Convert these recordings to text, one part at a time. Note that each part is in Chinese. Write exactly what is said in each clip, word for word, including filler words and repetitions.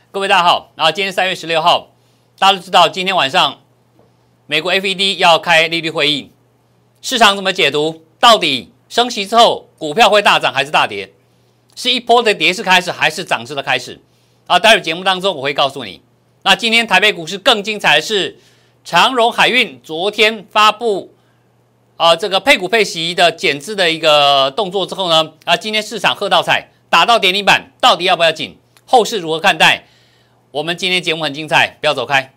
各位大家好，然后今天三月十六号，大家都知道今天晚上美国 F E D 要开利率会议，市场怎么解读？到底升息之后股票会大涨还是大跌？是一波的跌势开始还是涨势的开始？啊，待会节目当中我会告诉你。那今天台北股市更精彩的是长荣海运昨天发布啊这个配股配息的减资的一个动作之后呢，啊今天市场喝到彩，打到跌停板，到底要不要紧？后市如何看待？我们今天节目很精彩，不要走开。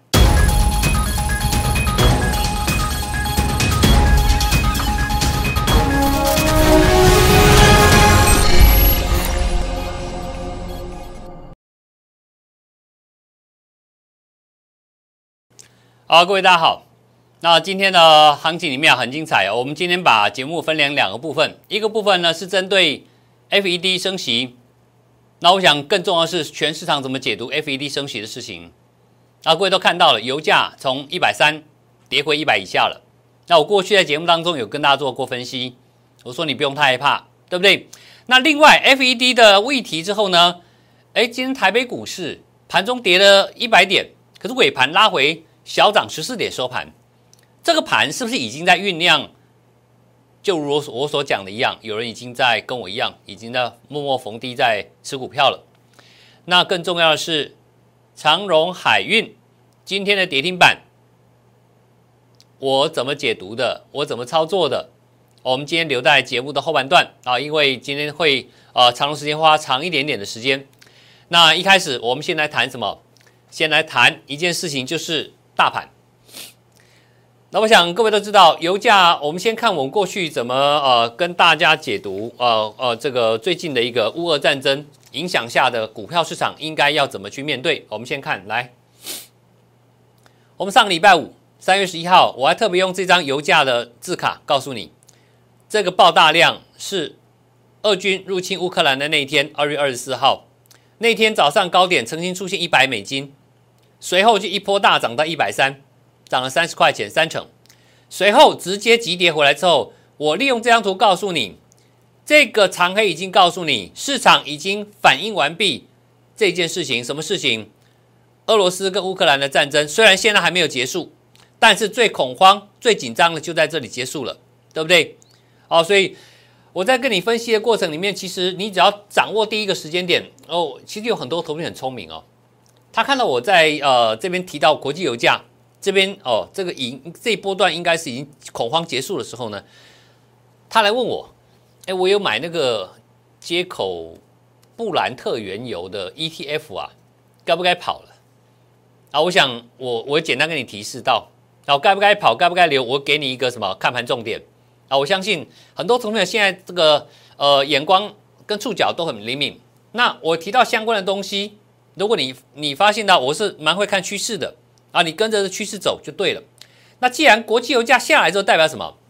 好，各位大家好。那今天的行情里面很精彩哦。我们今天把节目分成两个部分，一个部分呢是针对 F E D 升息。那我想更重要的是全市场怎么解读 F E D 升息的事情。啊，各位都看到了，油价从一百三十跌回一百以下了。那我过去在节目当中有跟大家做过分析，我说你不用太害怕，对不对？那另外 F E D 的议题之后呢，哎，今天台北股市盘中跌了一百点，可是尾盘拉回小涨十四点收盘。这个盘是不是已经在酝酿？就如我所讲的一样，有人已经在跟我一样，已经在默默逢低在吃股票了。那更重要的是，长荣海运今天的跌停板，我怎么解读的？我怎么操作的？我们今天留在节目的后半段啊，因为今天会呃长荣时间花长一点点的时间。那一开始我们先来谈什么？先来谈一件事情，就是大盘。那我想各位都知道，油价我们先看我们过去怎么呃跟大家解读呃呃这个最近的一个乌俄战争影响下的股票市场应该要怎么去面对。我们先看来，我们上个礼拜五三月十一号，我还特别用这张油价的字卡告诉你，这个爆大量是俄军入侵乌克兰的那一天，二月二十四号那天早上高点曾经出现一百美金，随后就一波大涨到一百三十。涨了三十块钱，三成。随后直接急跌回来之后，我利用这张图告诉你，这个长黑已经告诉你，市场已经反应完毕这件事情。什么事情？俄罗斯跟乌克兰的战争虽然现在还没有结束，但是最恐慌、最紧张的就在这里结束了，对不对？好，所以我在跟你分析的过程里面，其实你只要掌握第一个时间点哦，其实有很多投资人很聪明哦，他看到我在呃这边提到国际油价。这边哦，这个赢这一波段应该是已经恐慌结束的时候呢，他来问我，哎，我有买那个街口布兰特原油的 E T F 啊，该不该跑了？啊，我想我我简单跟你提示到，然后该不该跑，该不该留，我给你一个什么看盘重点啊？我相信很多同学现在这个呃眼光跟触角都很灵敏。那我提到相关的东西，如果你你发现到我是蛮会看趋势的。啊，你跟着这趋势走就对了。那既然国际油价下来之后，代表什么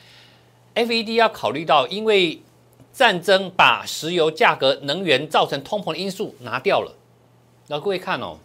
？F E D 要考虑到，因为战争把石油价格、能源造成通膨的因素拿掉了。那各位看哦，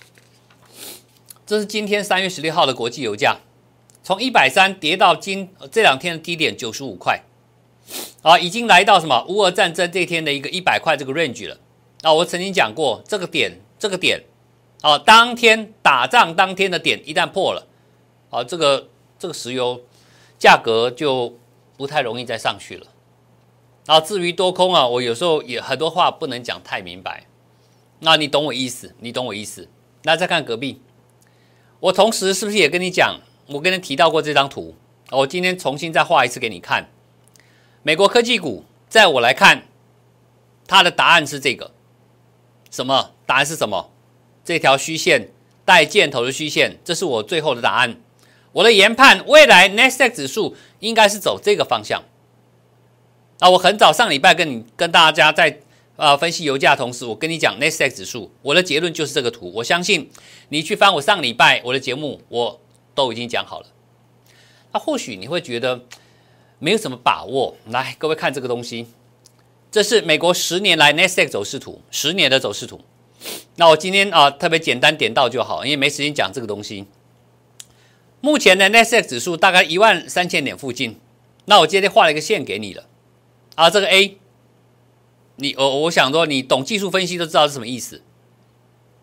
这是今天三月十六号的国际油价，从一百三跌到今这两天的低点九十五块，啊，已经来到什么乌俄战争这天的一个一百块这个 range 了。啊，我曾经讲过，这个点，这个点。哦，当天打仗当天的点一旦破了，哦，这个这个石油价格就不太容易再上去了。然后至于多空啊，我有时候也很多话不能讲太明白，那你懂我意思，你懂我意思。那再看隔壁，我同时是不是也跟你讲，我跟你提到过这张图，我今天重新再画一次给你看。美国科技股，在我来看，它的答案是这个，什么？答案是什么？这条虚线带箭头的虚线，这是我最后的答案。我的研判，未来 Nasdaq 指数应该是走这个方向。啊，我很早上礼拜跟你跟大家在呃分析油价的同时，我跟你讲 Nasdaq 指数，我的结论就是这个图。我相信你去翻我上礼拜我的节目，我都已经讲好了。那或许你会觉得没有什么把握。来，各位看这个东西，这是美国十年来 Nasdaq 走势图，十年的走势图。那我今天啊、呃、特别简单点到就好，因为没时间讲这个东西。目前的 Nasdaq 指数大概一万三千点附近。那我今天画了一个线给你了啊，这个 A， 你我我想说你懂技术分析都知道是什么意思。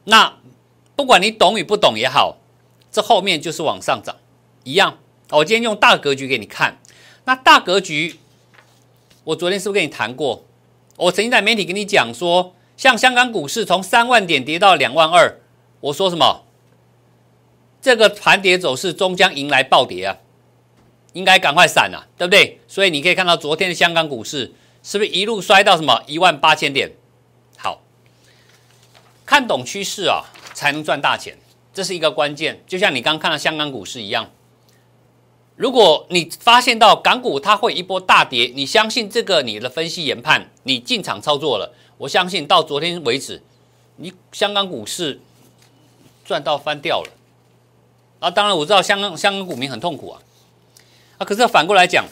那不管你懂与不懂也好，这后面就是往上涨一样。我今天用大格局给你看，那大格局，我昨天是不是跟你谈过？我曾经在媒体跟你讲说，像香港股市从三万点跌到两万二，我说什么？这个盘跌走势终将迎来暴跌啊，应该赶快闪啊，对不对？所以你可以看到昨天的香港股市是不是一路摔到什么一万八千点？好，看懂趋势啊，才能赚大钱，这是一个关键。就像你刚看到香港股市一样。如果你发现到港股它会一波大跌，你相信这个你的分析研判，你进场操作了，我相信到昨天为止，你香港股市赚到翻掉了。啊，当然我知道香港香港股民很痛苦啊，啊，可是反过来讲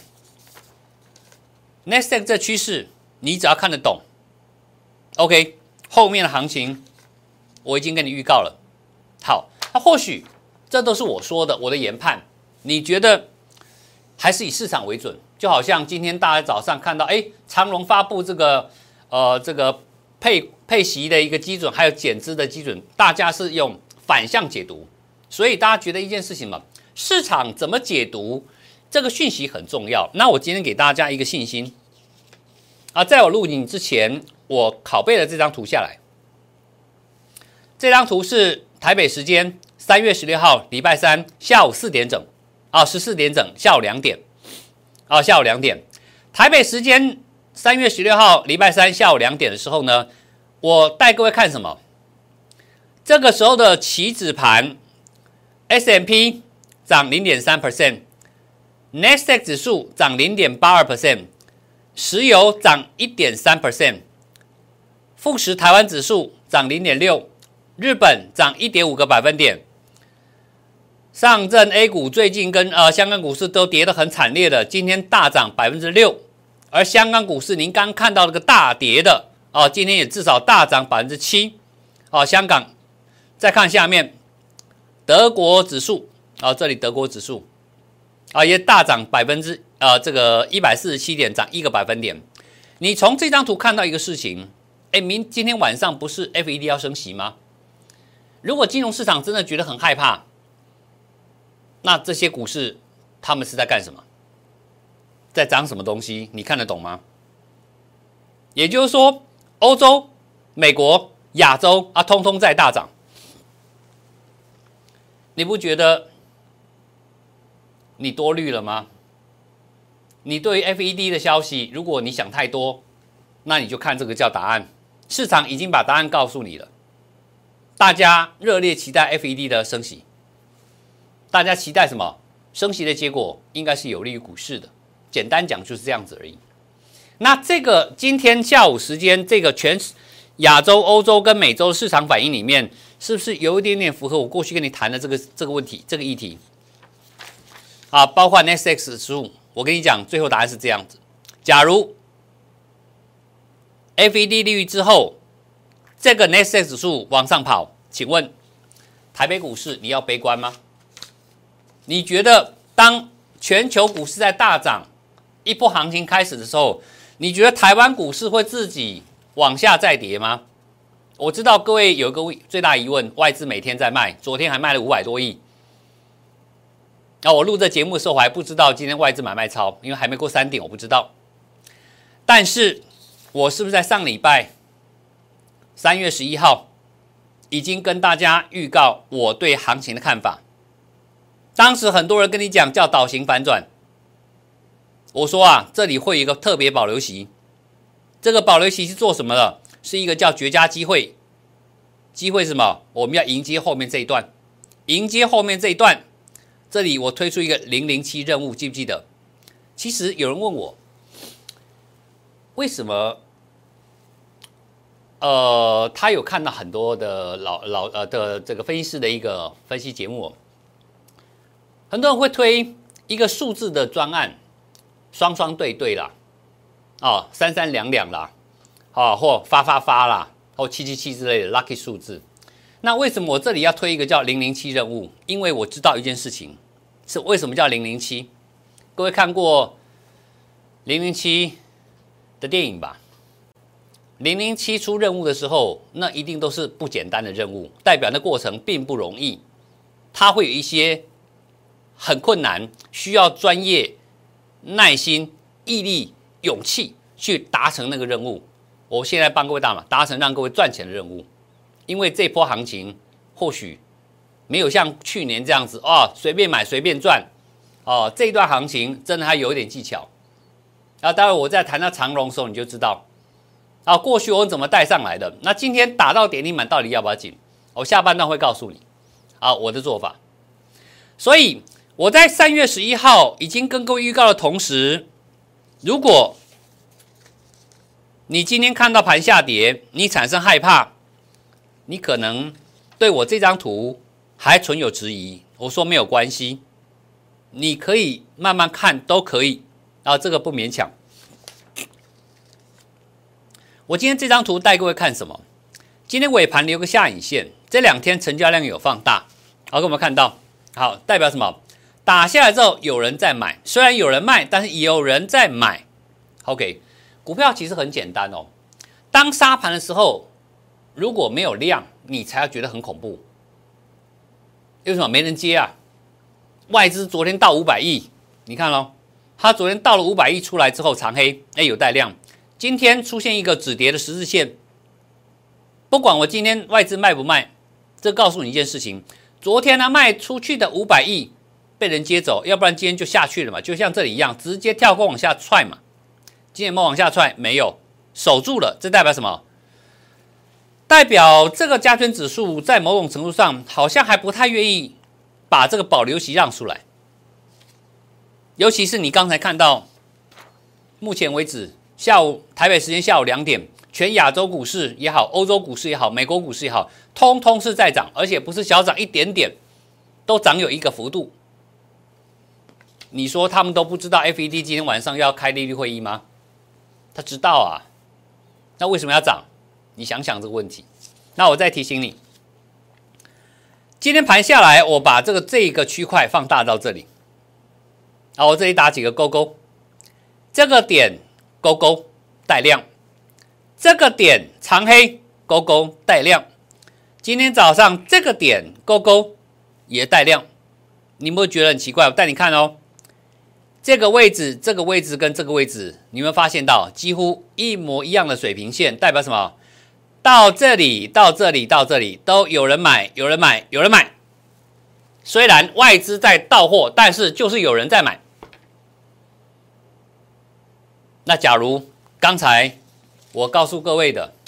，Nasdaq 这趋势你只要看得懂 ，OK， 后面的行情我已经跟你预告了。好，那或许这都是我说的，我的研判，你觉得？还是以市场为准，就好像今天大家早上看到，哎，长荣发布这个呃这个配配息的一个基准，还有减资的基准，大家是用反向解读，所以大家觉得一件事情嘛，市场怎么解读这个讯息很重要。那我今天给大家一个信心啊，在我录影之前，我拷贝了这张图下来，这张图是台北时间三月十六号礼拜三下午四点整。啊，十四点整，下午两点，啊，下午两点，台北时间三月十六号礼拜三下午两点的时候呢，我带各位看什么？这个时候的期指盘 ，S and P 涨 零点三 percent，Nasdaq 指数涨 零点八二 percent， 石油涨 一点三 percent， 富时台湾指数涨 零点六， 日本涨 一点五 个百分点。上证 A 股最近跟呃香港股市都跌得很惨烈的，今天大涨 百分之六， 而香港股市您刚看到那个大跌的啊，今天也至少大涨 百分之七， 啊，香港再看下面德国指数啊，这里德国指数啊也大涨百分之呃这个一百四十七点，涨一个百分点。你从这张图看到一个事情，哎，明今天晚上不是 F E D 要升息吗？如果金融市场真的觉得很害怕，那这些股市他们是在干什么？在涨什么东西？你看得懂吗？也就是说，欧洲、美国、亚洲啊，通通在大涨。你不觉得你多虑了吗？你对于 F E D 的消息，如果你想太多，那你就看这个叫答案。市场已经把答案告诉你了。大家热烈期待 F E D 的升息。大家期待什么？升息的结果应该是有利于股市的。简单讲就是这样子而已。那这个今天下午时间，这个全亚洲、欧洲跟美洲市场反应里面，是不是有一点点符合我过去跟你谈的这个这个问题、这个议题？啊，包括 Nasdaq 指数，我跟你讲，最后答案是这样子：假如 F E D 利率之后，这个 Nasdaq 指数往上跑，请问台北股市你要悲观吗？你觉得当全球股市在大涨，一波行情开始的时候，你觉得台湾股市会自己往下再跌吗？我知道各位有一个最大疑问，外资每天在卖，昨天还卖了五百多亿。那我录这节目的时候，我还不知道今天外资买卖超，因为还没过三点，我不知道。但是我是不是在上礼拜三月十一号已经跟大家预告我对行情的看法？当时很多人跟你讲叫倒型反转，我说啊，这里会有一个特别保留席，这个保留席是做什么的？是一个叫绝佳机会，机会是什么？我们要迎接后面这一段，迎接后面这一段，这里我推出一个零零七任务，记不记得？其实有人问我，为什么？呃，他有看到很多的老老呃的这个分析师的一个分析节目。很多人会推一个数字的专案，双双对对啦，哦，三三两两啦，哦，或发发发啦，或七七七之类的 lucky 数字。那为什么我这里要推一个叫零零七任务？因为我知道一件事情，是为什么叫零零七？各位看过零零七的电影吧？ 零零七出任务的时候，那一定都是不简单的任务，代表那过程并不容易，它会有一些很困难，需要专业、耐心、毅力、勇气去达成那个任务。我现在帮各位大马达成让各位赚钱的任务，因为这波行情或许没有像去年这样子哦，随便买随便赚哦。这一段行情真的还有一点技巧。然后待会我在谈到长荣的时候，你就知道啊，过去我怎么带上来的。那今天打到跌停板，到底要不要紧？我下半段会告诉你啊，我的做法。所以我在三月十一号已经跟各位预告的同时，如果你今天看到盘下跌，你产生害怕，你可能对我这张图还存有质疑。我说没有关系，你可以慢慢看都可以啊，这个不勉强。我今天这张图带各位看什么？今天尾盘留个下影线，这两天成交量有放大，好，各位有没有看到？好，代表什么？打下来之后有人在买，虽然有人卖，但是也有人在买。OK。股票其实很简单哦，当杀盘的时候，如果没有量，你才要觉得很恐怖。为什么？没人接啊！外资昨天到五百亿，你看咯，它昨天到了五百亿出来之后长黑，哎，有带量。今天出现一个止跌的十字线，不管我今天外资卖不卖，这告诉你一件事情：昨天呢卖出去的五百亿被人接走，要不然今天就下去了嘛，就像这里一样，直接跳空往下踹嘛。今天有没有往下踹？没有，守住了。这代表什么？代表这个加权指数在某种程度上好像还不太愿意把这个保留席让出来。尤其是你刚才看到，目前为止下午台北时间下午两点，全亚洲股市也好，欧洲股市也好，美国股市也好，通通是在涨，而且不是小涨一点点，都涨有一个幅度。你说他们都不知道 F E D 今天晚上要开利率会议吗？他知道啊，那为什么要涨？你想想这个问题。那我再提醒你，今天盘下来，我把这个这个区块放大到这里，啊，我这里打几个勾勾，这个点勾勾带量，这个点长黑勾勾带量，今天早上这个点勾勾也带量，你有没有觉得很奇怪？我带你看哦。这个位置，这个位置跟这个位置，你有没有发现到几乎一模一样的水平线？代表什么？到这里，到这里，到这里，都有人买，有人买，有人买。虽然外资在倒货，但是就是有人在买。那假如刚才我告诉各位的，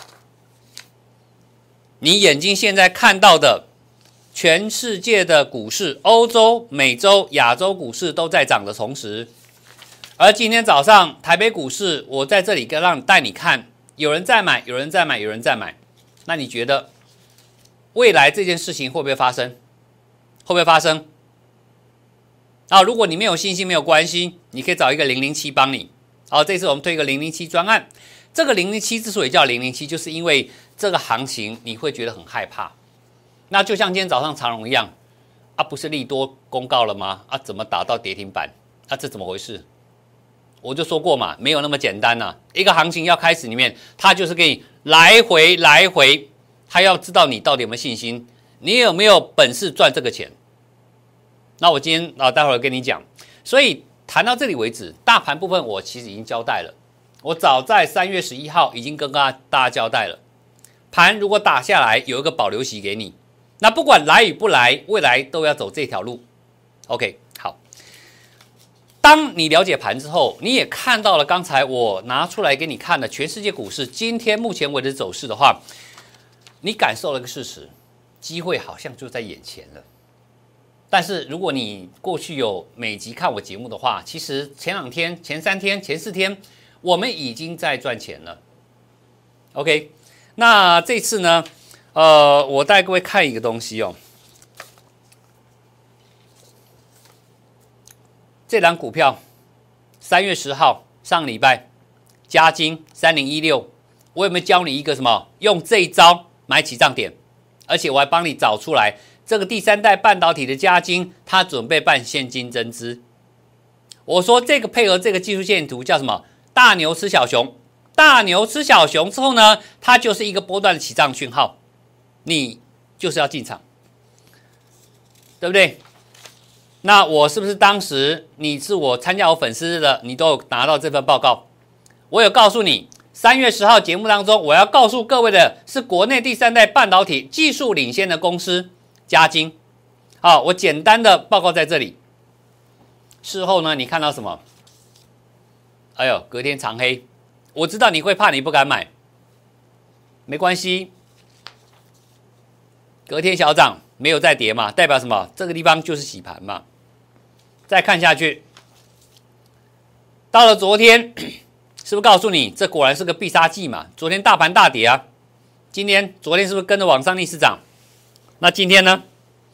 你眼睛现在看到的，全世界的股市，欧洲、美洲、亚洲股市都在涨的同时，而今天早上台北股市，我在这里跟让带你看，有人在买，有人在买，有人在买。那你觉得未来这件事情会不会发生？会不会发生？啊，如果你没有信心，没有关系，你可以找一个零零七帮你。好，这次我们推一个零零七专案。这个零零七之所以叫零零七，就是因为这个行情你会觉得很害怕。那就像今天早上长荣一样，啊，不是利多公告了吗？啊，怎么打到跌停板？啊，这怎么回事？我就说过嘛，没有那么简单呐、啊。一个行情要开始里面，它就是给你来回来回，它要知道你到底有没有信心，你有没有本事赚这个钱。那我今天啊，待会儿跟你讲。所以谈到这里为止，大盘部分我其实已经交代了。我早在三月十一号已经跟大家交代了，盘如果打下来，有一个保留息给你。那不管来与不来，未来都要走这条路。OK， 好。当你了解盘之后，你也看到了刚才我拿出来给你看的全世界股市今天目前为止走势的话，你感受了个事实，机会好像就在眼前了。但是如果你过去有每集看我节目的话，其实前两天、前三天、前四天，我们已经在赚钱了。OK， 那这次呢？呃，我带各位看一个东西哦。这档股票，三月十号上礼拜，嘉金三零一六，我有没有教你一个什么？用这一招买起涨点，而且我还帮你找出来这个第三代半导体的嘉金，它准备办现金增资。我说这个配合这个技术线图叫什么？大牛吃小熊， 大牛吃小熊之后呢，它就是一个波段的起涨讯号，你就是要进场，对不对？那我是不是当时你是我参加我粉丝的，你都有拿到这份报告？我有告诉你，三月十号节目当中，我要告诉各位的是国内第三代半导体技术领先的公司嘉晶。好，我简单的报告在这里。事后呢，你看到什么？哎呦，隔天长黑，我知道你会怕，你不敢买，没关系，隔天小涨，没有再跌嘛，代表什么？这个地方就是洗盘嘛。再看下去，到了昨天，是不是告诉你这果然是个必杀技嘛？昨天大盘大跌啊，今天昨天是不是跟着往上逆势涨？那今天呢？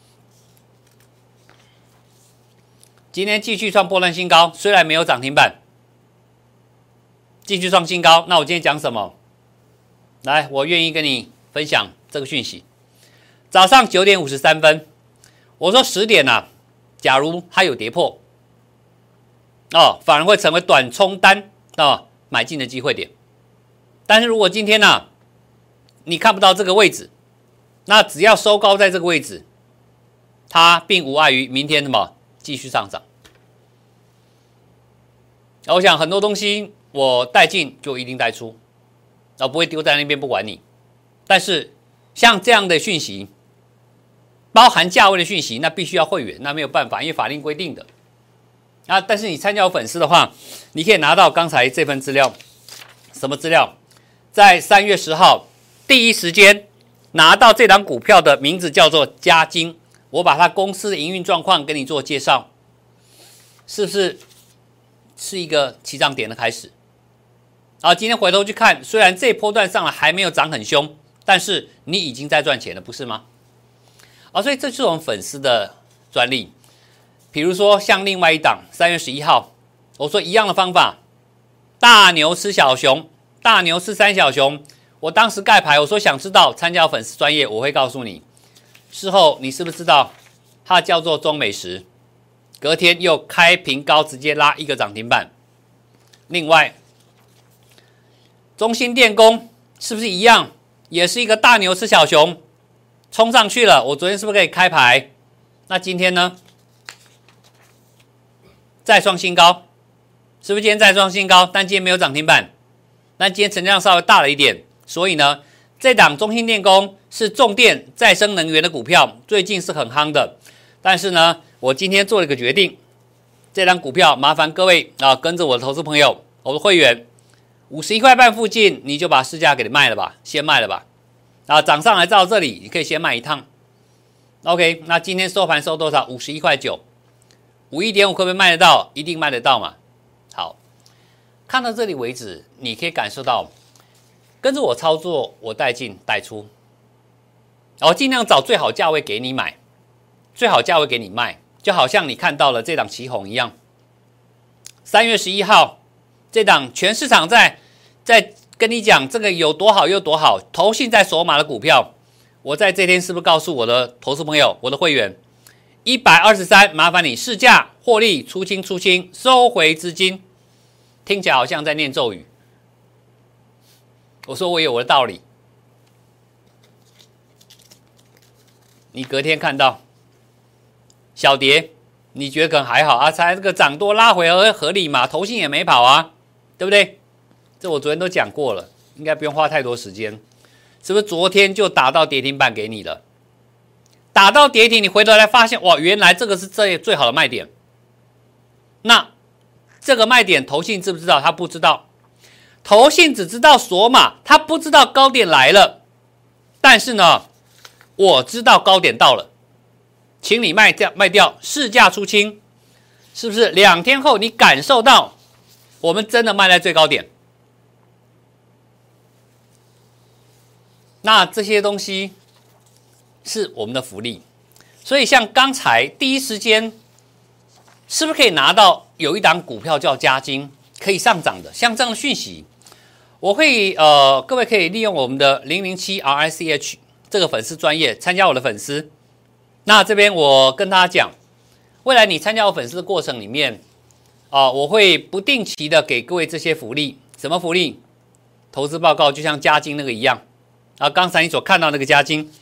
今天继续创波段新高，虽然没有涨停板。继续创新高，那我今天讲什么？来，我愿意跟你分享这个讯息。早上九点五十三分，我说十点啊，假如它有跌破，哦，反而会成为短冲单哦买进的机会点。但是如果今天呢、啊，你看不到这个位置，那只要收高在这个位置，它并无碍于明天什么继续上涨。我想很多东西。我带进就一定带出，我不会丢在那边不管你。但是像这样的讯息，包含价位的讯息，那必须要会员，那没有办法，因为法令规定的。啊，但是你参加我粉丝的话，你可以拿到刚才这份资料。什么资料？在三月十号第一时间拿到这档股票的名字叫做嘉晶，我把它公司的营运状况跟你做介绍，是不是是一个起涨点的开始？好，今天回头去看，虽然这一波段上来还没有涨很凶，但是你已经在赚钱了，不是吗？啊，所以这是我们粉丝的专利。比如说像另外一档三月十一号，我说一样的方法，大牛吃小熊，大牛吃三小熊。我当时盖牌，我说想知道参加粉丝专业，我会告诉你。事后你是不是知道它叫做中美食？隔天又开平高，直接拉一个涨停板。另外，中兴电工是不是一样，也是一个大牛吃小熊，冲上去了。我昨天是不是可以开牌？那今天呢？再创新高，是不是今天再创新高？但今天没有涨停板，但今天成交量稍微大了一点，所以呢，这档中兴电工是重电再生能源的股票，最近是很夯的。但是呢，我今天做了一个决定，这档股票麻烦各位啊，跟着我的投资朋友，我的会员，五十一块半附近，你就把市价给你卖了吧，先卖了吧。啊，涨上来到这里，你可以先卖一趟。OK， 那今天收盘收多少？五十一块九，五一点五可不可以卖得到？一定卖得到嘛。好，看到这里为止，你可以感受到，跟着我操作，我带进带出，然后尽量找最好价位给你买。最好价位给你卖，就好像你看到了这档奇鋐一样。三月十一号，这档全市场在在跟你讲这个有多好有多好，投信在手码的股票，我在这天是不是告诉我的投资朋友、我的会员，一百二十三，麻烦你市价获利出清出清，收回资金，听起来好像在念咒语。我说我有我的道理，你隔天看到。小跌，你觉得可能还好啊？才这个涨多拉回合合理嘛？投信也没跑啊，对不对？这我昨天都讲过了，应该不用花太多时间。是不是昨天就打到跌停板给你了？打到跌停，你回头来发现，哇，原来这个是最最好的卖点。那这个卖点，投信知不知道？他不知道。投信只知道锁码，他不知道高点来了。但是呢，我知道高点到了。请你卖掉，卖掉，市价出清，是不是？两天后你感受到，我们真的卖在最高点。那这些东西是我们的福利，所以像刚才第一时间，是不是可以拿到有一档股票叫嘉晶可以上涨的？像这样的讯息，我会呃，各位可以利用我们的零零七 R I C H 这个粉丝专业参加我的粉丝。那这边我跟大家讲，未来你参加我粉丝的过程里面，啊、呃，我会不定期的给各位这些福利。什么福利？ 投资报告，就像嘉金那个一样啊，刚才你所看到那个嘉金。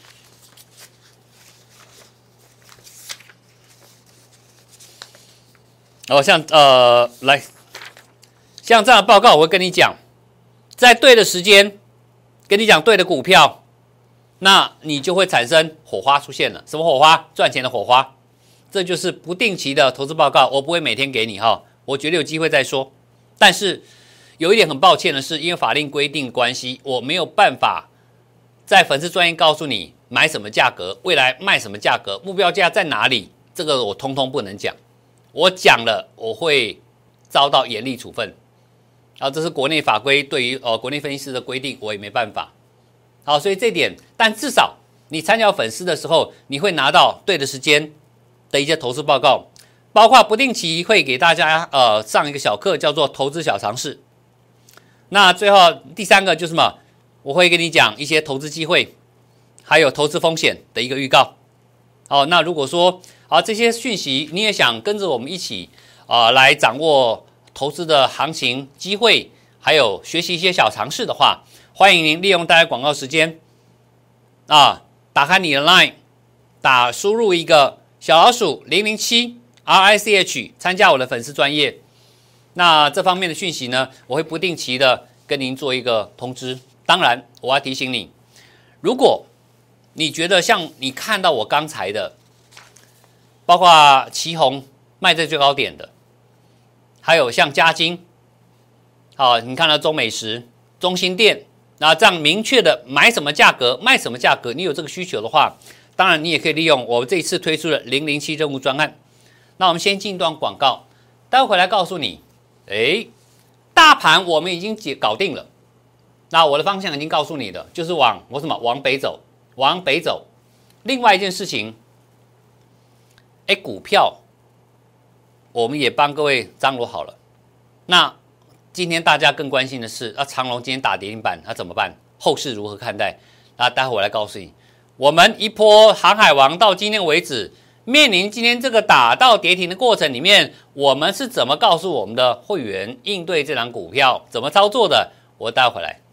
哦，像呃，来，像这样的报告，我会跟你讲，在对的时间，跟你讲对的股票，那你就会产生火花出现了。什么火花？赚钱的火花。这就是不定期的投资报告，我不会每天给你哈，我觉得有机会再说。但是有一点很抱歉的是，因为法令规定关系，我没有办法在粉丝专页告诉你买什么价格，未来卖什么价格，目标价在哪里，这个我通通不能讲。我讲了，我会遭到严厉处分。啊，这是国内法规对于呃国内分析师的规定，我也没办法。好，所以这点，但至少你参加粉丝的时候，你会拿到对的时间的一些投资报告，包括不定期会给大家呃上一个小课，叫做投资小常识。那最后第三个就是什么？我会跟你讲一些投资机会，还有投资风险的一个预告。好，那如果说好这些讯息你也想跟着我们一起啊、呃、来掌握投资的行情机会，还有学习一些小常识的话，欢迎您利用大家广告时间啊，打开你的 Line， 打输入一个小老鼠零零七 R I C H， 参加我的粉丝专页。那这方面的讯息呢，我会不定期的跟您做一个通知。当然，我要提醒你，如果你觉得像你看到我刚才的，包括旗宏卖在最高点的，还有像嘉金，好，你看到中美时、中兴电，那这样明确的买什么价格、卖什么价格，你有这个需求的话，当然你也可以利用我这一次推出的零零七任务专案。那我们先进一段广告，待会回来告诉你，哎，大盘我们已经解搞定了，那我的方向已经告诉你的，就是往我什么往北走，往北走。另外一件事情，哎，股票我们也帮各位张罗好了。那今天大家更关心的是，啊，长荣今天打跌停板，那、啊、怎么办？后市如何看待？那待会我来告诉你，我们一波航海王到今天为止，面临今天这个打到跌停的过程里面，我们是怎么告诉我们的会员应对这档股票，怎么操作的？我待会回来。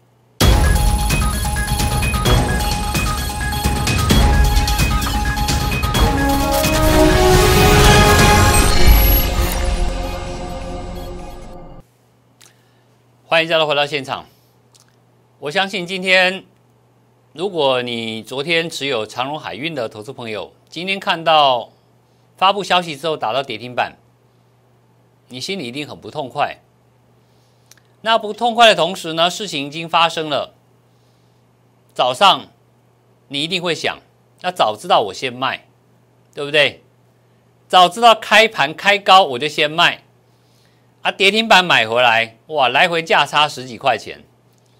欢迎大家回到现场。我相信今天，如果你昨天持有长荣海运的投资朋友，今天看到发布消息之后打到跌停板，你心里一定很不痛快。那不痛快的同时呢，事情已经发生了。早上你一定会想，那早知道我先卖，对不对？早知道开盘开高我就先卖。啊，跌停板买回来，哇，来回价差十几块钱。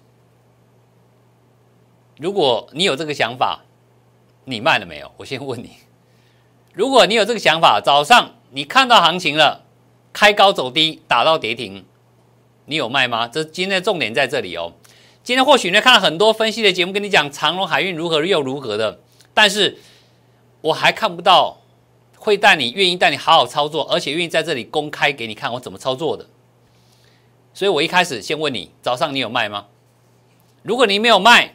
如果你有这个想法，你卖了没有？我先问你。如果你有这个想法，早上你看到行情了，开高走低，打到跌停，你有卖吗？这今天的重点在这里哦。今天或许你看到很多分析的节目，跟你讲长荣海运如何又如何的，但是我还看不到会带你愿意带你好好操作，而且愿意在这里公开给你看我怎么操作的。所以我一开始先问你，早上你有卖吗？如果你没有卖，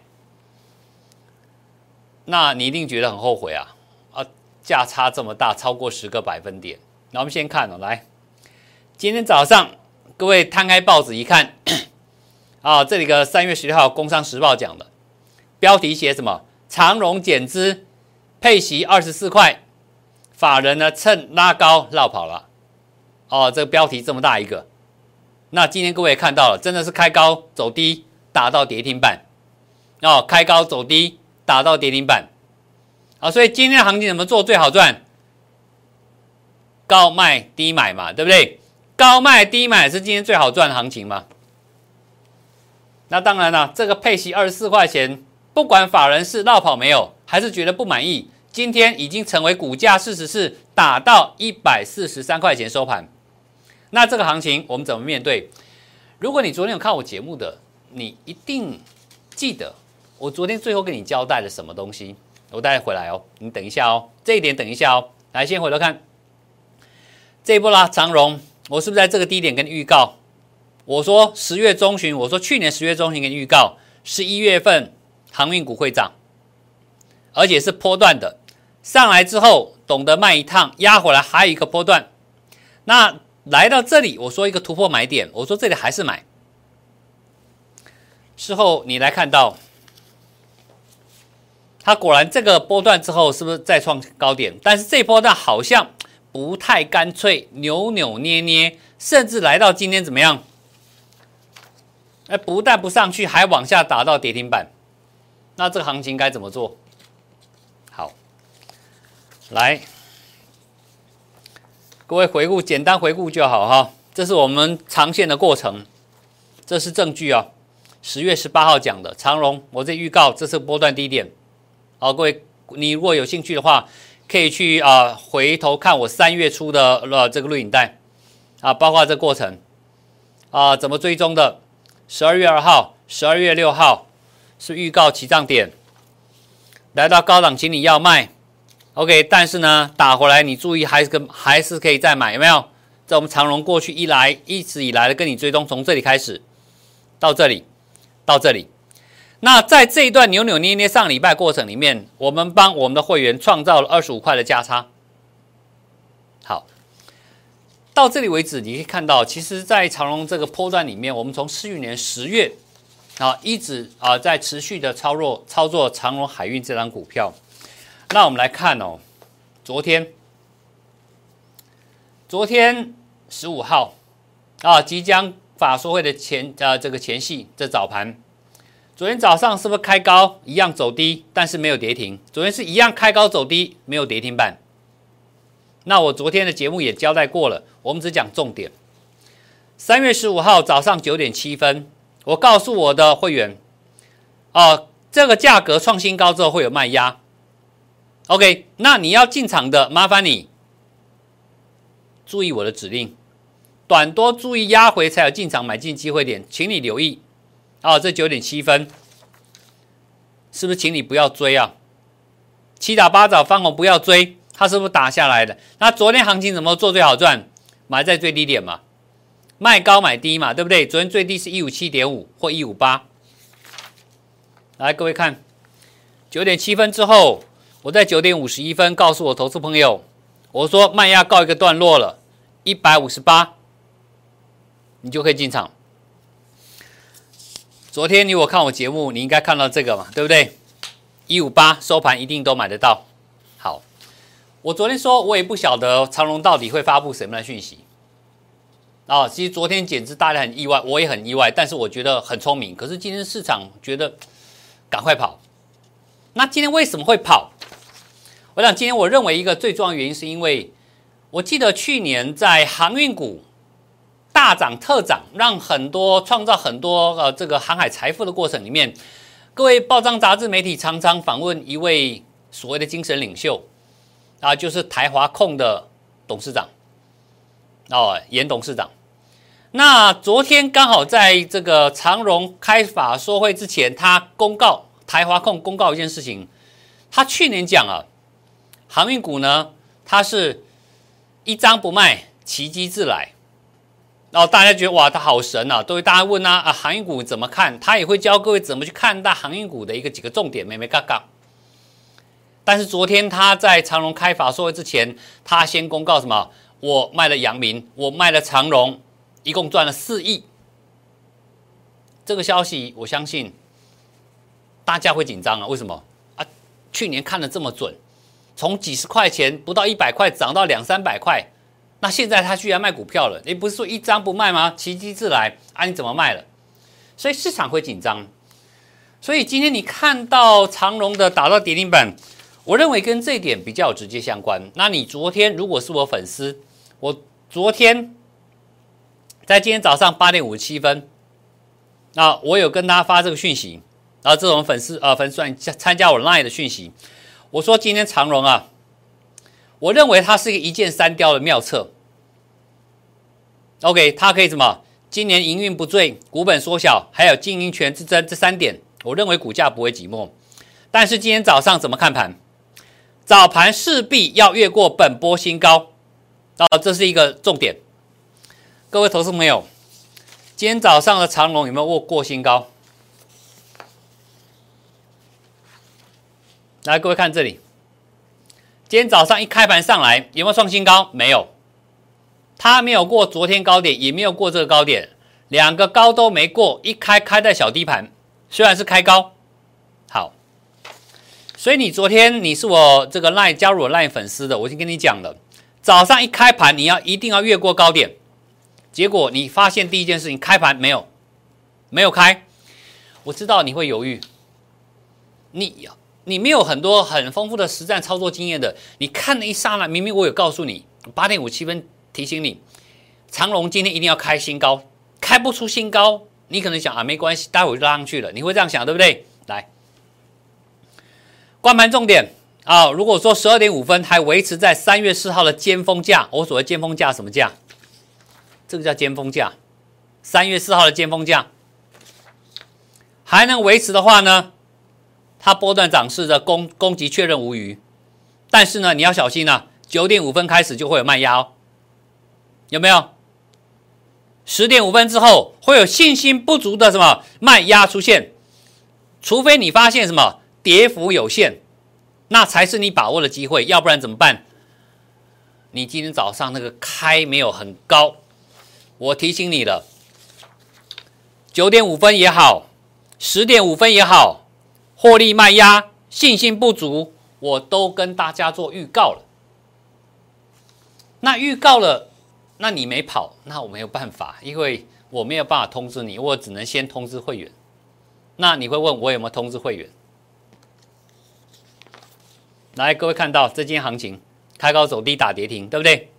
那你一定觉得很后悔啊！啊，价差这么大，超过十个百分点。那我们先看哦，来，今天早上各位摊开报纸一看，啊，这里个三月十六号《工商时报》讲的，标题写什么？长荣减资，配息二十四块。法人呢趁拉高绕跑了，哦，这个标题这么大一个，那今天各位也看到了，真的是开高走低，打到跌停板，哦，开高走低，打到跌停板，啊，所以今天的行情怎么做最好赚？高卖低买嘛，对不对？高卖低买是今天最好赚的行情嘛？那当然了，这个配息二十四块钱，不管法人是绕跑没有，还是觉得不满意。今天已经成为股价，事实是打到一百四十三块钱收盘。那这个行情我们怎么面对？如果你昨天有看我节目的，你一定记得我昨天最后跟你交代了什么东西。我待会回来哦，你等一下哦，这一点等一下哦。来，先回头看这一波啦，长荣，我是不是在这个低点跟你预告？ 我说十月中旬，我说去年十月中旬给你预告，十一月份航运股会涨，而且是波段的，上来之后懂得卖一趟，压回来还有一个波段。那来到这里，我说一个突破买点，我说这里还是买。事后你来看到，它果然这个波段之后是不是再创高点？但是这一波段好像不太干脆，扭扭捏捏，甚至来到今天怎么样？哎，不但不上去，还往下打到跌停板。那这个行情该怎么做？好，来，各位回顾，简单回顾就好哈。这是我们长线的过程，这是证据啊。十月十八号讲的长荣，我这预告这是波段低点。好，各位，你如果有兴趣的话，可以去啊、呃、回头看我三月初的呃这个录影带啊，包括这过程啊怎么追踪的。十二月二号、十二月六号是预告起涨点，来到高档，请你要卖 ，OK， 但是呢打回来你注意还是跟还是可以再买，有没有？在我们长荣过去一来一直以来的跟你追踪，从这里开始到这里。到这里，那在这一段扭扭捏捏上礼拜过程里面，我们帮我们的会员创造了二十五块的价差。好，到这里为止，你可以看到，其实，在长荣这个波段里面，我们从去年十月啊一直啊在持续的操作操作长荣海运这张股票。那我们来看哦，昨天，昨天十五号啊，即将法说会的前呃这个前夕，这早盘，昨天早上是不是开高一样走低，但是没有跌停？昨天是一样开高走低，没有跌停板。那我昨天的节目也交代过了，我们只讲重点。三月十五号早上九点七分，我告诉我的会员，啊，这个价格创新高之后会有卖压。OK， 那你要进场的，麻烦你注意我的指令。短多注意压回才有进场买进机会点，请你留意。啊，这九点七分，是不是请你不要追啊？七打八早翻红不要追，它是不是打下来的？那昨天行情怎么做最好赚？买在最低点嘛，卖高买低嘛，对不对？昨天最低是 一五七点五 或一五八。来，各位看，九点七分之后，我在九点五十一分告诉我投资朋友，我说卖压告一个段落了，一百五十八。你就可以进场。昨天你有看我节目，你应该看到这个嘛，对不对？一五八收盘一定都买得到。好，我昨天说我也不晓得长荣到底会发布什么样的讯息。啊、哦，其实昨天简直大家很意外，我也很意外，但是我觉得很聪明。可是今天市场觉得赶快跑。那今天为什么会跑？我想今天我认为一个最重要的原因是因为我记得去年在航运股大涨特涨，让很多创造很多呃这个航海财富的过程里面，各位报章杂志媒体常常访问一位所谓的精神领袖啊，就是台华控的董事长哦，严董事长。那昨天刚好在这个长荣开法说会之前，他公告台华控公告一件事情，他去年讲啊，航运股呢，它是一张不卖，奇迹自来。然后大家觉得哇，他好神啊！都会大家问啊啊，航运股怎么看？他也会教各位怎么去看待航运股的一个几个重点，妹妹嘎嘎。但是昨天他在长荣开法说会之前，他先公告什么？我卖了阳明，我卖了长荣，一共赚了四亿。这个消息我相信大家会紧张啊！为什么啊？去年看得这么准，从几十块钱不到一百块涨到两三百块。那现在他居然卖股票了，你不是说一张不卖吗？奇迹自来啊，你怎么卖了？所以市场会紧张。所以今天你看到长荣的打到跌停板，我认为跟这一点比较有直接相关。那你昨天如果是我粉丝，我昨天在今天早上八点五十七分，那我有跟大家发这个讯息，然后这种粉丝呃粉丝参加我 Line 的讯息，我说今天长荣啊。我认为它是一个一箭三雕的妙策。OK， 它可以什么？今年营运不坠，股本缩小，还有经营权之争这三点，我认为股价不会寂寞。但是今天早上怎么看盘？早盘势必要越过本波新高，啊，这是一个重点。各位投资朋友， 今天早上的长荣有没有过过新高？来，各位看这里，今天早上一开盘上来，有没有创新高？没有，它没有过昨天高点，也没有过这个高点，两个高都没过，一开开在小低盘，虽然是开高，好，所以你昨天你是我这个 LINE 加入我 LINE 粉丝的，我已经跟你讲了，早上一开盘你要一定要越过高点，结果你发现第一件事情，开盘没有，没有开，我知道你会犹豫，你你没有很多很丰富的实战操作经验的，你看了一刹那，明明我有告诉你八点五七分提醒你，长荣今天一定要开新高，开不出新高，你可能想啊没关系，待会就拉上去了，你会这样想对不对？来，观盘重点啊，如果说十二点五分还维持在三月四号的尖峰价，我所谓尖峰价什么价？这个叫尖峰价，三月四号的尖峰价还能维持的话呢？它波段涨势的攻攻击确认无虞，但是呢，你要小心啊，九点五分开始就会有卖压哦，有没有？十点五分之后会有信心不足的什么卖压出现，除非你发现什么跌幅有限，那才是你把握的机会，要不然怎么办？你今天早上那个开没有很高，我提醒你了，九点五分也好，十点五分也好。获利卖压，信心不足，我都跟大家做预告了。那预告了，那你没跑，那我没有办法，因为我没有办法通知你，我只能先通知会员。那你会问我有没有通知会员？来，各位看到这今天行情开高走低打跌停，对不对？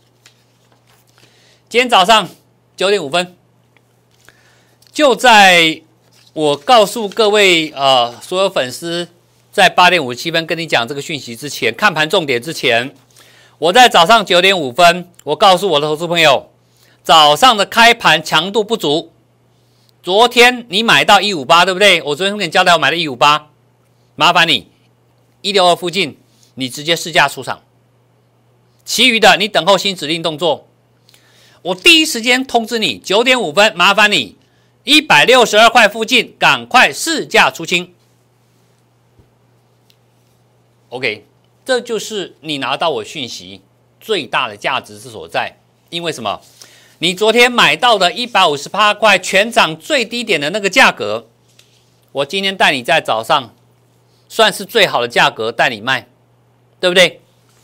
今天早上九点五分，就在。我告诉各位，呃，所有粉丝，在八点五十七分跟你讲这个讯息之前，看盘重点之前，我在早上九点五分，我告诉我的投资朋友，早上的开盘强度不足。昨天你买到一五八，对不对？我昨天跟你交代我买了一五八，麻烦你一六二附近，你直接市价出场，其余的你等候新指令动作。我第一时间通知你，九点五分，麻烦你。一百六十二块附近，赶快市价出清。OK， 这就是你拿到我讯息最大的价值之所在。因为什么？你昨天买到的一百五十八块全场最低点的那个价格，我今天带你在早上算是最好的价格带你卖，对不对？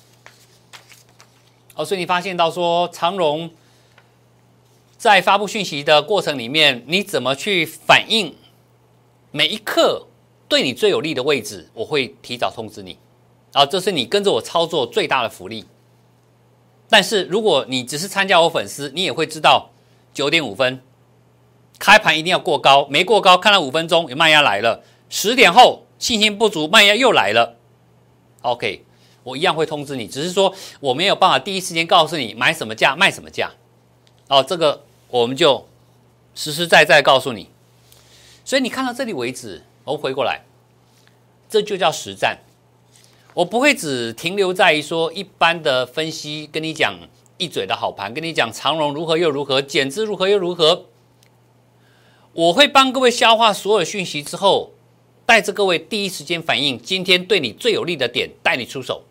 哦，所以你发现到说长荣。在发布讯息的过程里面，你怎么去反应每一刻对你最有利的位置，我会提早通知你。啊，这是你跟着我操作最大的福利。但是如果你只是参加我粉丝，你也会知道九点五分开盘一定要过高，没过高看到五分钟有卖压来了，十点后信心不足，卖压又来了。OK， 我一样会通知你，只是说我没有办法第一时间告诉你买什么价卖什么价。哦，这个。我们就实实在在告诉你，所以你看到这里为止，我们回过来，这就叫实战。我不会只停留在于说一般的分析，跟你讲一嘴的好盘，跟你讲长荣如何又如何，减资如何又如何。我会帮各位消化所有讯息之后，带着各位第一时间反应今天对你最有利的点，带你出手。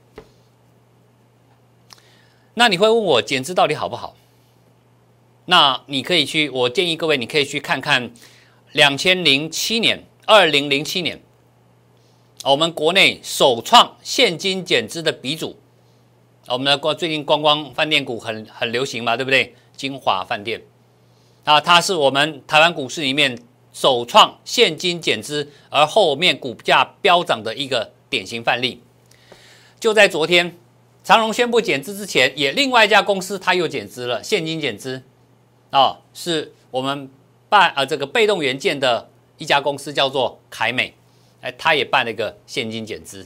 那你会问我减资到底好不好？那你可以去，我建议各位，你可以去看看两千零七年、二零零七年，我们国内首创现金减资的鼻祖。我们的最近观光饭店股很很流行嘛，对不对？金华饭店啊，它是我们台湾股市里面首创现金减资，而后面股价飙涨的一个典型范例。就在昨天，长荣宣布减资之前，也另外一家公司它又减资了，现金减资。哦，是我们办呃这个被动元件的一家公司叫做凯美，哎，他也办了一个现金减资。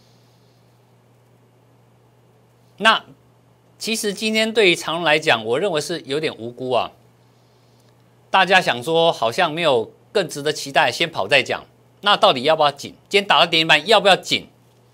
那其实今天对于长荣来讲，我认为是有点无辜啊。大家想说好像没有更值得期待，先跑再讲。那到底要不要紧？今天打到跌停板，要不要紧？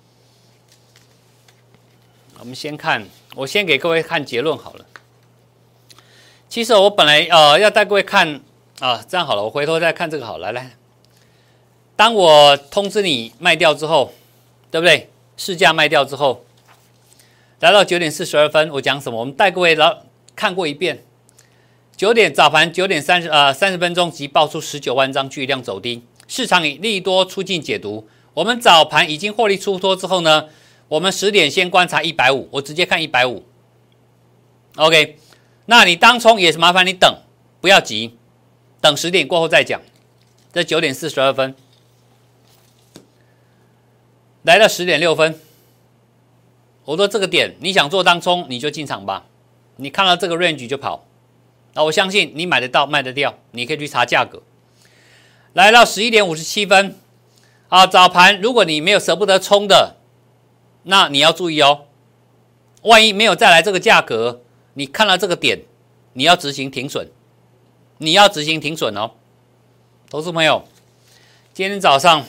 我们先看，我先给各位看结论好了。其实我本来呃要带各位看啊，这样好了，我回头再看这个好，来来，当我通知你卖掉之后，对不对？市价卖掉之后，来到九点四十二分，我讲什么？我们带各位来看过一遍。九点早盘九点三十呃三十分钟即爆出十九万张巨量走低，市场以利多出尽解读。我们早盘已经获利出脱之后呢，我们十点先观察一百五，我直接看一百五。OK， 那你当冲也是麻烦你等，不要急，等十点过后再讲。这九点四十二分，来到十点六分，我说这个点你想做当冲你就进场吧，你看到这个 range 就跑。那我相信你买得到卖得掉，你可以去查价格。来到十一点五十七分，啊，早盘如果你没有舍不得冲的，那你要注意哦，万一没有再来这个价格，你看到这个点，你要执行停损，你要执行停损哦。投资朋友，今天早上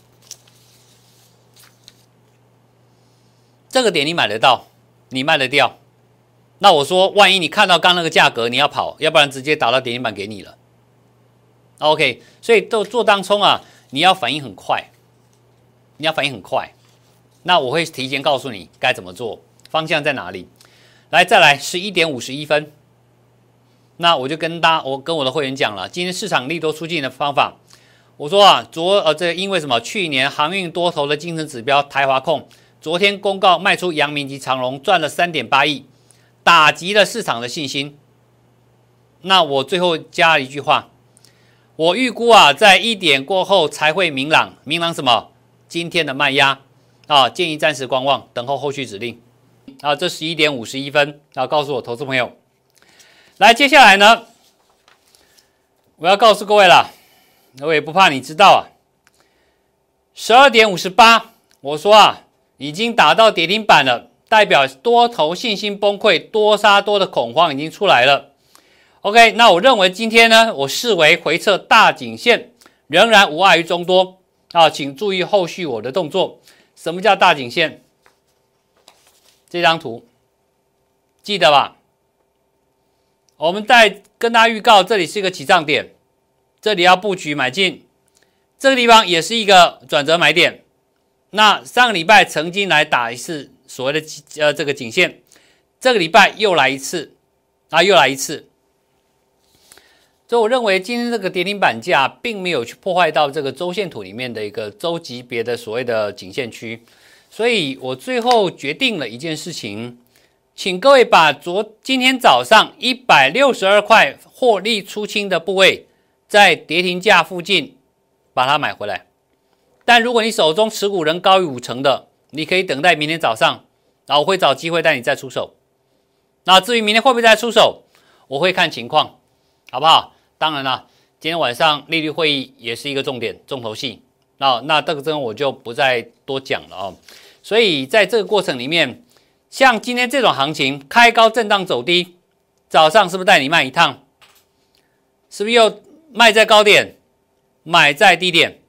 这个点你买得到，你卖得掉。那我说，万一你看到刚那个价格，你要跑，要不然直接打到跌停板给你了。OK， 所以做做当冲啊，你要反应很快，你要反应很快。那我会提前告诉你该怎么做，方向在哪里。来，再来十一点五十一分，那我就跟大我跟我的会员讲了，今天市场利多出尽的方法。我说啊，昨呃这因为什么？去年航运多头的精神指标台华控，昨天公告卖出阳明及长荣，赚了 三点八亿。打击了市场的信心。那我最后加了一句话，我预估啊，在一点过后才会明朗。明朗什么？今天的卖压啊，建议暂时观望，等候后续指令。啊，这十一点五十一分啊，告诉我投资朋友。来，接下来呢，我要告诉各位了，我也不怕你知道啊。十二点五十八，我说啊，已经打到跌停板了。代表多头信心崩溃，多杀多的恐慌已经出来了。OK， 那我认为今天呢，我视为回撤大颈线，仍然无碍于中多啊，请注意后续我的动作。什么叫大颈线？这张图记得吧？我们在跟大家预告，这里是一个起涨点，这里要布局买进，这个地方也是一个转折买点。那上个礼拜曾经来打一次。所谓的呃这个颈线，这个礼拜又来一次，啊又来一次，所以我认为今天这个跌停板价并没有去破坏到这个周线图里面的一个周级别的所谓的颈线区，所以我最后决定了一件事情，请各位把昨今天早上一百六十二块获利出清的部位，在跌停价附近把它买回来。但如果你手中持股仍高于五成的，你可以等待明天早上，然后我会找机会带你再出手。那至于明天会不会再出手，我会看情况，好不好？当然了，今天晚上利率会议也是一个重点重头戏。那那这个真我就不再多讲了哦。所以在这个过程里面，像今天这种行情，开高震荡走低，早上是不是带你卖一趟？是不是又卖在高点，买在低点？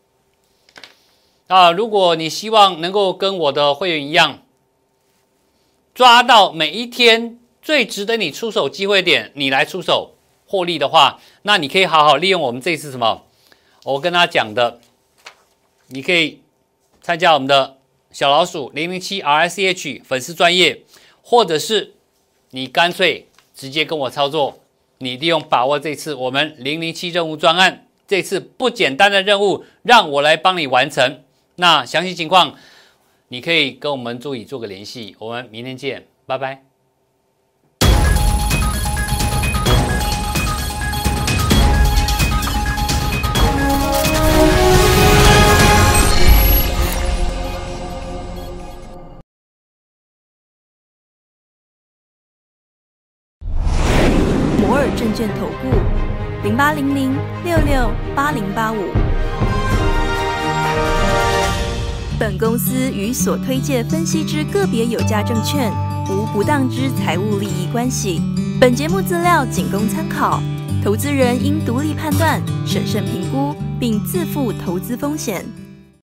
啊，如果你希望能够跟我的会员一样，抓到每一天最值得你出手机会点，你来出手获利的话，那你可以好好利用我们这次什么？我跟他讲的，你可以参加我们的小老鼠零零七 R S C H 粉丝专页，或者是你干脆直接跟我操作，你利用把握这次我们零零七任务专案，这次不简单的任务，让我来帮你完成。那详细情况，你可以跟我们助理做个联系。我们明天见，拜拜。 摩尔证券投顾零八零零六六八零八五。本公司与所推介分析之个别有价证券无不当之财务利益关系。本节目资料仅供参考，投资人应独立判断、审慎评估，并自负投资风险。